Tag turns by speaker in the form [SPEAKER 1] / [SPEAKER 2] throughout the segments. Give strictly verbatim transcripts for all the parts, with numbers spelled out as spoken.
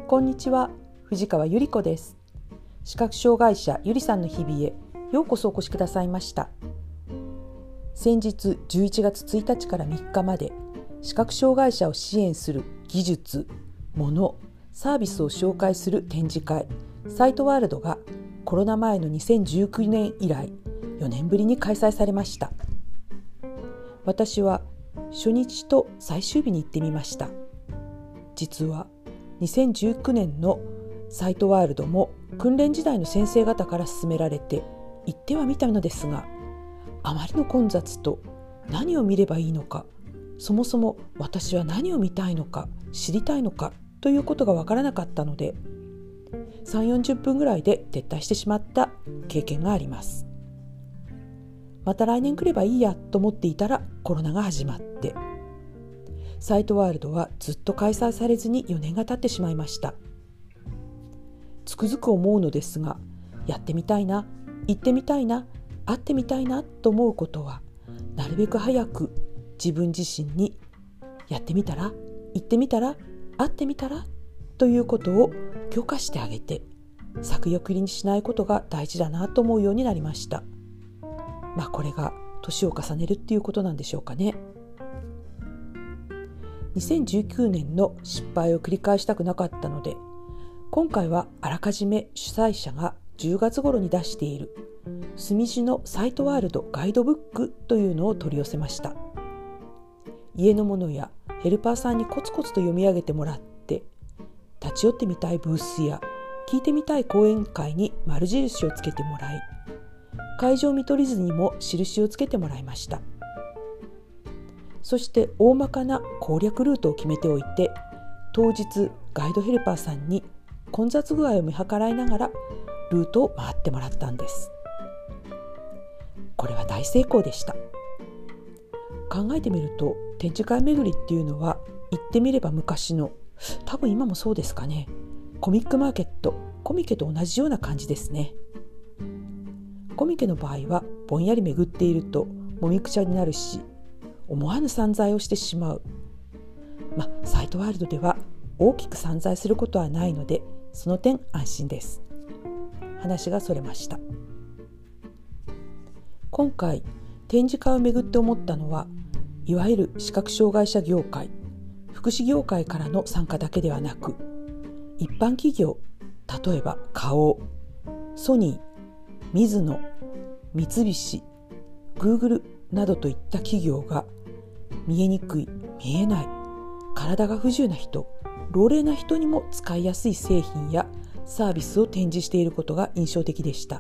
[SPEAKER 1] こんにちは、藤川ゆり子です。視覚障害者ゆりさんの日々へようこそお越しくださいました。先日じゅういちがつついたちからみっかまで視覚障害者を支援する技術、もの、サービスを紹介する展示会サイトワールドがコロナ前のにせんじゅうきゅうねん以来よねんぶりに開催されました。私は初日と最終日に行ってみました。実はにせんじゅうきゅうねんのサイトワールドも訓練時代の先生方から勧められて行ってはみたのですが、あまりの混雑と何を見ればいいのか、そもそも私は何を見たいのか知りたいのかということがわからなかったので、さんじゅうよんじゅっぷんぐらいで撤退してしまった経験があります。また来年来ればいいやと思っていたらコロナが始まって、サイトワールドはずっと開催されずによねんが経ってしまいました。つくづく思うのですが、やってみたいな、行ってみたいな、会ってみたいなと思うことは、なるべく早く自分自身にやってみたら、行ってみたら、会ってみたらということを許可してあげて、先送りにしないことが大事だなと思うようになりました。まあこれが年を重ねるっていうことなんでしょうかね。にせんじゅうきゅうねんの失敗を繰り返したくなかったので、今回はあらかじめ主催者がじゅうがつ頃に出している墨地のサイトワールドガイドブックというのを取り寄せました。家の者やヘルパーさんにコツコツと読み上げてもらって、立ち寄ってみたいブースや聞いてみたい講演会に丸印をつけてもらい、会場見取り図にも印をつけてもらいました。そして大まかな攻略ルートを決めておいて、当日ガイドヘルパーさんに混雑具合を見計らいながらルートを回ってもらったんです。これは大成功でした。考えてみると、展示会巡りっていうのは言ってみれば昔の、多分今もそうですかね、コミックマーケット、コミケと同じような感じですね。コミケの場合はぼんやり巡っているともみくちゃになるし、思わぬ散財をしてしまう。まあ、サイトワールドでは大きく散財することはないので、その点安心です。話がそれました。今回展示会をめぐって思ったのは、いわゆる視覚障害者業界、福祉業界からの参加だけではなく、一般企業、例えば花王、ソニー、ミズノ、三菱、グーグルなどといった企業が見えにくい、見えない、体が不自由な人、老齢な人にも使いやすい製品やサービスを展示していることが印象的でした。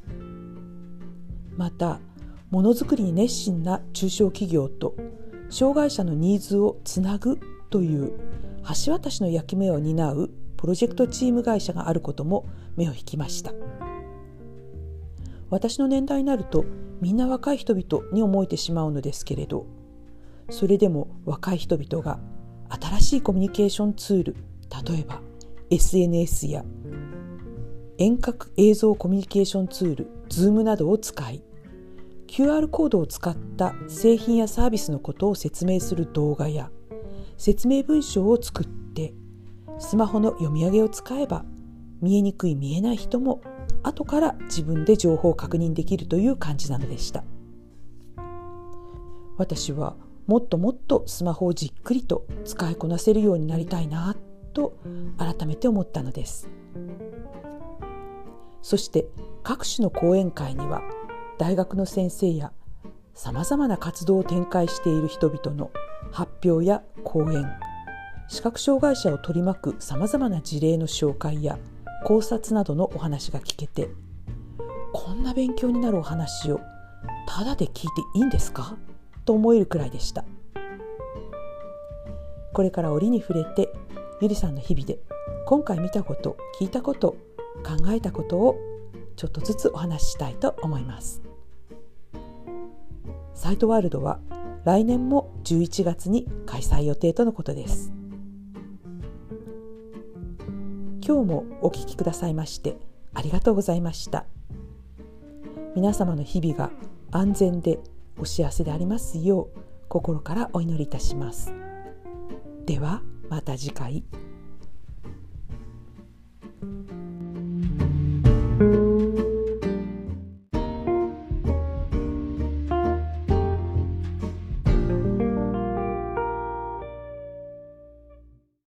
[SPEAKER 1] また、ものづくりに熱心な中小企業と障害者のニーズをつなぐという橋渡しの役目を担うプロジェクトチーム会社があることも目を引きました。私の年代になるとみんな若い人々に思えてしまうのですけれど、それでも若い人々が新しいコミュニケーションツール、例えば エスエヌエス や遠隔映像コミュニケーションツール Zoom などを使い、 キューアール コードを使った製品やサービスのことを説明する動画や説明文章を作って、スマホの読み上げを使えば見えにくい見えない人も後から自分で情報を確認できるという感じなのでした。私はもっともっとスマホをじっくりと使いこなせるようになりたいなと改めて思ったのです。そして各種の講演会には大学の先生やさまざまな活動を展開している人々の発表や講演、視覚障害者を取り巻くさまざまな事例の紹介や考察などのお話が聞けて、こんな勉強になるお話をただで聞いていいんですかと思えるくらいでした。これから折に触れて、ゆりさんの日々で今回見たこと、聞いたこと、考えたことをちょっとずつお話ししたいと思います。サイトワールドは来年もじゅういちがつに開催予定とのことです。今日もお聞きくださいましてありがとうございました。皆様の日々が安全でお幸せでありますよう心からお祈りいたします。ではまた次回。